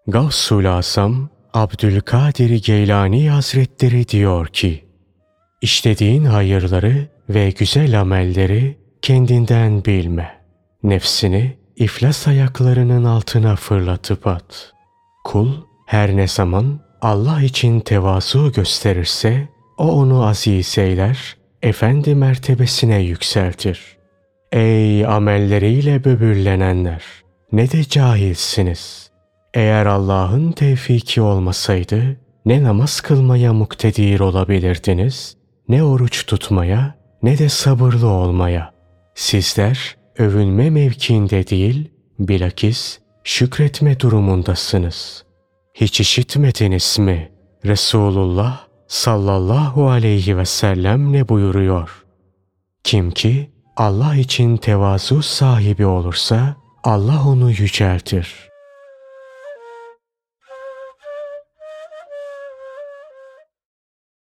Gavsul Asam Abdülkadir Geylani Hazretleri diyor ki, İşlediğin hayırları ve güzel amelleri kendinden bilme. Nefsini iflas ayaklarının altına fırlatıp at. Kul her ne zaman Allah için tevazu gösterirse o onu aziz eyler, efendi mertebesine yükseltir. Ey amelleriyle böbürlenenler! Ne de cahilsiniz. Eğer Allah'ın tevfiki olmasaydı ne namaz kılmaya muktedir olabilirdiniz, ne oruç tutmaya, ne de sabırlı olmaya. Sizler övünme mevkiinde değil, bilakis şükretme durumundasınız. Hiç işitmediniz mi? Resulullah sallallahu aleyhi ve sellem ne buyuruyor? Kim ki Allah için tevazu sahibi olursa Allah onu yüceltir.